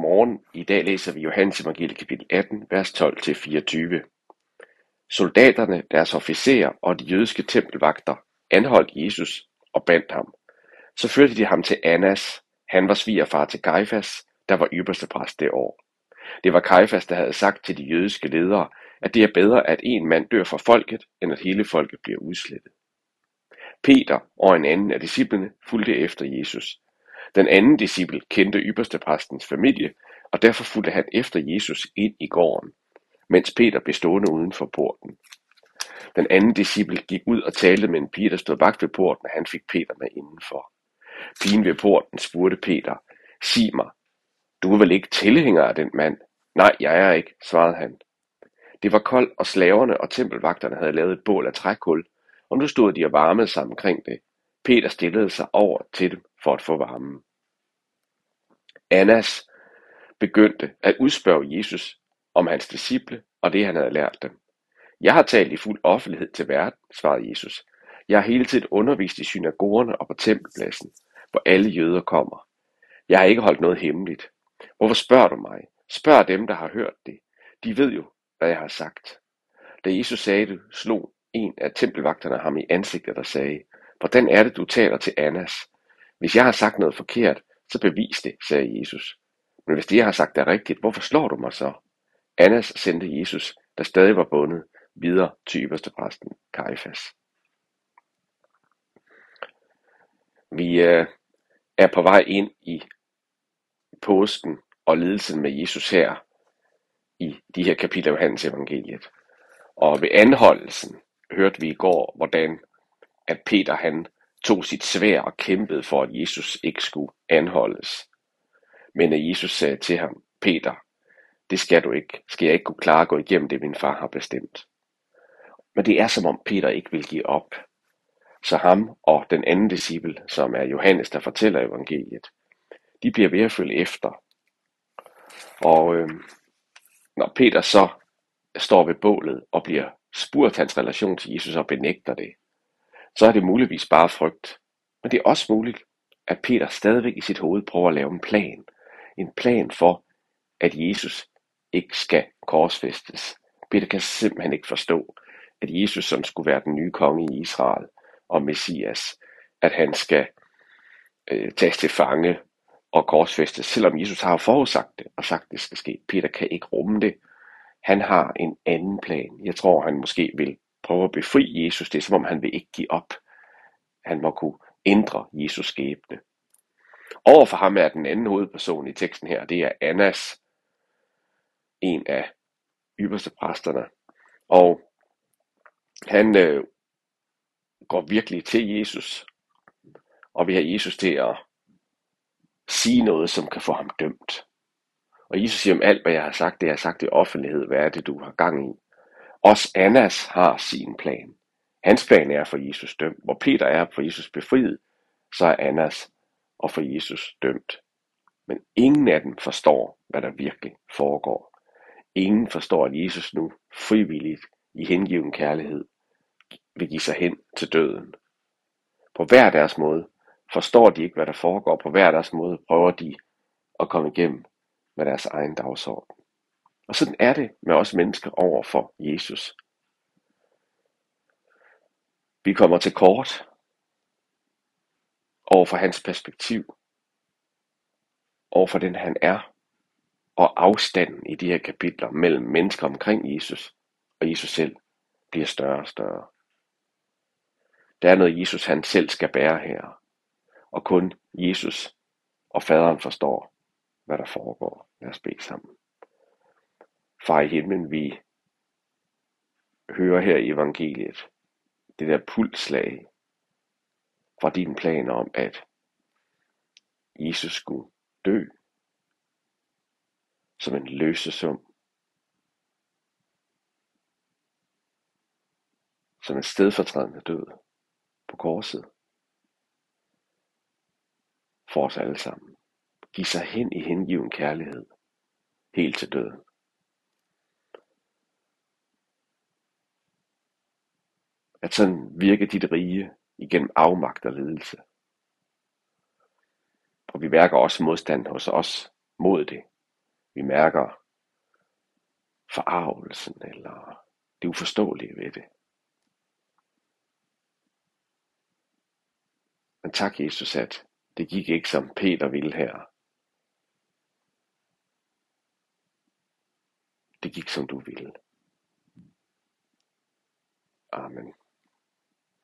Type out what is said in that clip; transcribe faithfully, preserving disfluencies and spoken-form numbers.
Godmorgen. I dag læser vi Johannes evangeliet kapitel atten, vers tolv til fireogtyve. Soldaterne, deres officerer og de jødiske tempelvagter anholdt Jesus og bandt ham. Så førte de ham til Annas. Han var svigerfar til Kajfas, der var ypperstepræst det år. Det var Kajfas, der havde sagt til de jødiske ledere, at det er bedre, at en mand dør for folket, end at hele folket bliver udslettet. Peter og en anden af disciplene fulgte efter Jesus. Den anden disciple kendte ypperstepræstens familie, og derfor fulgte han efter Jesus ind i gården, mens Peter blev stående uden for porten. Den anden disciple gik ud og talte med en pige, der stod vagt ved porten, og han fik Peter med indenfor. Pigen ved porten spurgte Peter, sig mig, du er vel ikke tilhænger af den mand? Nej, jeg er ikke, svarede han. Det var koldt, og slaverne og tempelvagterne havde lavet et bål af trækul, og nu stod de og varmede sig omkring det. Peter stillede sig over til dem for at få varmen. Annas begyndte at udspørge Jesus om hans disciple og det, han havde lært dem. Jeg har talt i fuld offentlighed til verden, svarede Jesus. Jeg har hele tiden undervist i synagogerne og på tempelpladsen, hvor alle jøder kommer. Jeg har ikke holdt noget hemmeligt. Hvorfor spørger du mig? Spørg dem, der har hørt det. De ved jo, hvad jeg har sagt. Da Jesus sagde det, slog en af tempelvagterne ham i ansigtet og sagde, hvordan er det, du taler til Annas? Hvis jeg har sagt noget forkert, så bevis det, sagde Jesus. Men hvis det, jeg har sagt, er rigtigt, hvorfor slår du mig så? Annas sendte Jesus, der stadig var bundet, videre til ypperstepræsten Kajfas. Vi øh, er på vej ind i påsken og ledelsen med Jesus her i de her kapitler af Johannes evangeliet. Og ved anholdelsen hørte vi i går, hvordan at Peter han tog sit sværd og kæmpede for, at Jesus ikke skulle anholdes. Men at Jesus sagde til ham, Peter, det skal du ikke. Skal jeg ikke kunne klare at gå igennem det, min far har bestemt. Men det er som om Peter ikke vil give op. Så ham og den anden disciple, som er Johannes, der fortæller evangeliet, de bliver ved at følge efter. Og øh, når Peter så står ved bålet og bliver spurgt hans relation til Jesus og benægter det, så er det muligvis bare frygt. Men det er også muligt, at Peter stadigvæk i sit hoved prøver at lave en plan. En plan for, at Jesus ikke skal korsfæstes. Peter kan simpelthen ikke forstå, at Jesus, som skulle være den nye konge i Israel og Messias, at han skal øh, tages til fange og korsfæstes, selvom Jesus har forudsagt det og sagt, at det skal ske. Peter kan ikke rumme det. Han har en anden plan. Jeg tror, han måske vil prøve at befri Jesus. Det er som om, han vil ikke give op. Han må kunne ændre Jesus skæbne. Overfor ham er den anden hovedperson i teksten her, det er Annas, en af ypperstepræsterne. Og han øh, går virkelig til Jesus, og vil have Jesus til at sige noget, som kan få ham dømt. Og Jesus siger om alt, hvad jeg har sagt, det jeg har sagt i offentlighed, hvad er det, du har gang i. Også Annas har sin plan. Hans plan er for Jesus dømt. Hvor Peter er for Jesus befriet, så er Annas og for Jesus dømt. Men ingen af dem forstår, hvad der virkelig foregår. Ingen forstår, at Jesus nu frivilligt i hengiven kærlighed vil give sig hen til døden. På hver deres måde forstår de ikke, hvad der foregår. På hver deres måde prøver de at komme igennem med deres egen dagsorden. Og sådan er det med os mennesker over for Jesus. Vi kommer til kort over for hans perspektiv, over for den han er, og afstanden i de her kapitler mellem mennesker omkring Jesus og Jesus selv bliver større og større. Der er noget Jesus han selv skal bære her, og kun Jesus og faderen forstår, hvad der foregår. Lad os bede sammen. Far i himlen, vi hører her i evangeliet det der pulsslag fra din plan om, at Jesus skulle dø som en løsesum, som en stedfortrædende død på korset for os alle sammen. Giv sig hen i hengiven kærlighed, helt til døden. At sådan virker dit rige igennem afmagt og lidelse. Og vi værker også modstand hos os mod det. Vi mærker forarvelsen eller det uforståelige ved det. Men tak, Jesus, at det gik ikke som Peter ville her. Det gik som du ville. Amen.